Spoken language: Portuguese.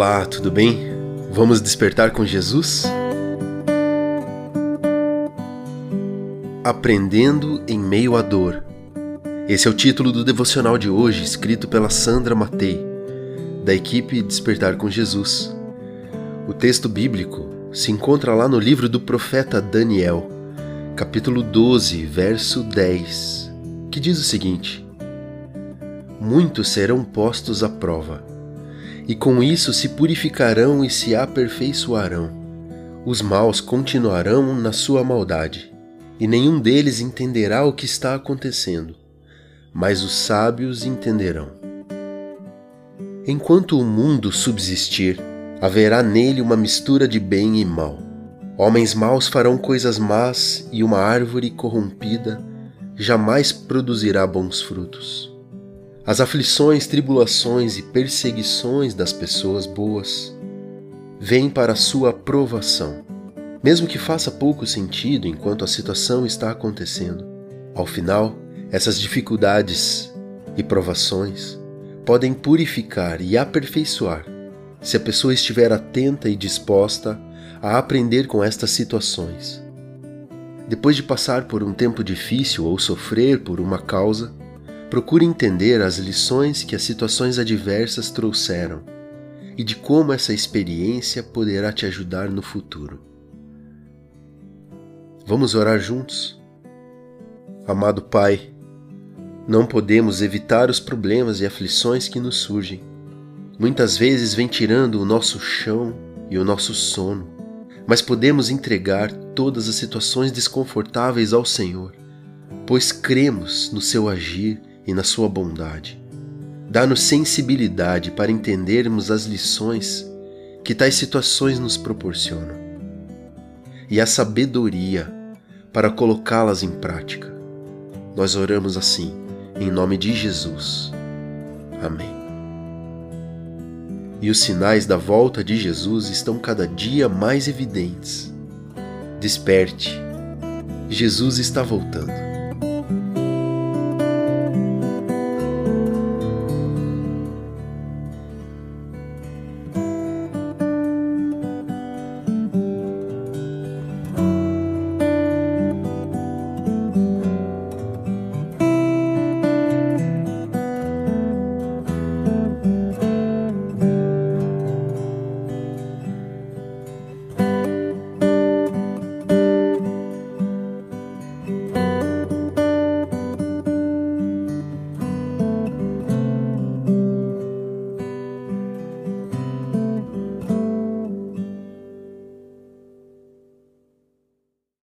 Olá, tudo bem? Vamos despertar com Jesus? Aprendendo em meio à dor. Esse é o título do devocional de hoje, escrito pela Sandra Matei, da equipe Despertar com Jesus. O texto bíblico se encontra lá no livro do profeta Daniel, capítulo 12, verso 10, que diz o seguinte: Muitos serão postos à prova, e com isso se purificarão e se aperfeiçoarão. Os maus continuarão na sua maldade, e nenhum deles entenderá o que está acontecendo, mas os sábios entenderão. Enquanto o mundo subsistir, haverá nele uma mistura de bem e mal. Homens maus farão coisas más, e uma árvore corrompida jamais produzirá bons frutos. As aflições, tribulações e perseguições das pessoas boas vêm para a sua provação, mesmo que faça pouco sentido enquanto a situação está acontecendo. Ao final, essas dificuldades e provações podem purificar e aperfeiçoar se a pessoa estiver atenta e disposta a aprender com estas situações. Depois de passar por um tempo difícil ou sofrer por uma causa, procure entender as lições que as situações adversas trouxeram e de como essa experiência poderá te ajudar no futuro. Vamos orar juntos? Amado Pai, não podemos evitar os problemas e aflições que nos surgem. Muitas vezes vem tirando o nosso chão e o nosso sono, mas podemos entregar todas as situações desconfortáveis ao Senhor, pois cremos no seu agir e na sua bondade. Dá-nos sensibilidade para entendermos as lições que tais situações nos proporcionam e a sabedoria para colocá-las em prática. Nós oramos assim, em nome de Jesus. Amém. E os sinais da volta de Jesus estão cada dia mais evidentes. Desperte, Jesus está voltando.